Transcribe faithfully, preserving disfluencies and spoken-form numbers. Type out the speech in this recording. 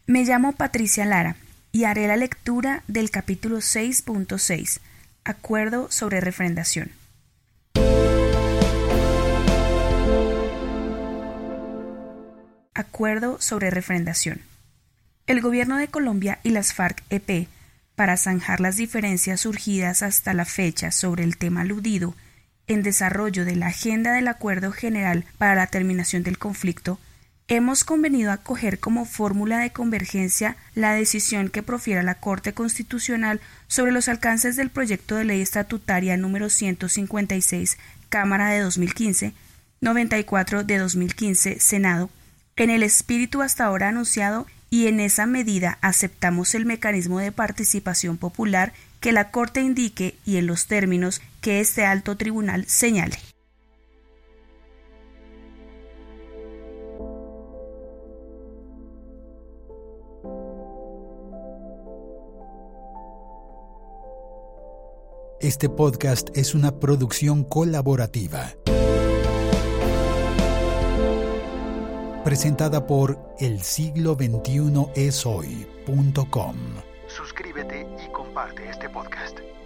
Me llamo Patricia Lara y haré la lectura del capítulo seis punto seis, Acuerdo sobre refrendación. Acuerdo sobre refrendación. El gobierno de Colombia y las FARC-E P, para zanjar las diferencias surgidas hasta la fecha sobre el tema aludido, en desarrollo de la agenda del Acuerdo General para la Terminación del Conflicto, hemos convenido acoger como fórmula de convergencia la decisión que profiera la Corte Constitucional sobre los alcances del proyecto de ley estatutaria número ciento cincuenta y seis, Cámara de dos mil quince, noventa y cuatro de dos mil quince, Senado, en el espíritu hasta ahora anunciado, y en esa medida aceptamos el mecanismo de participación popular que la Corte indique y en los términos que este alto tribunal señale. Este podcast es una producción colaborativa. Presentada por el siglo veintiuno es hoy punto com. Suscríbete y comparte este podcast.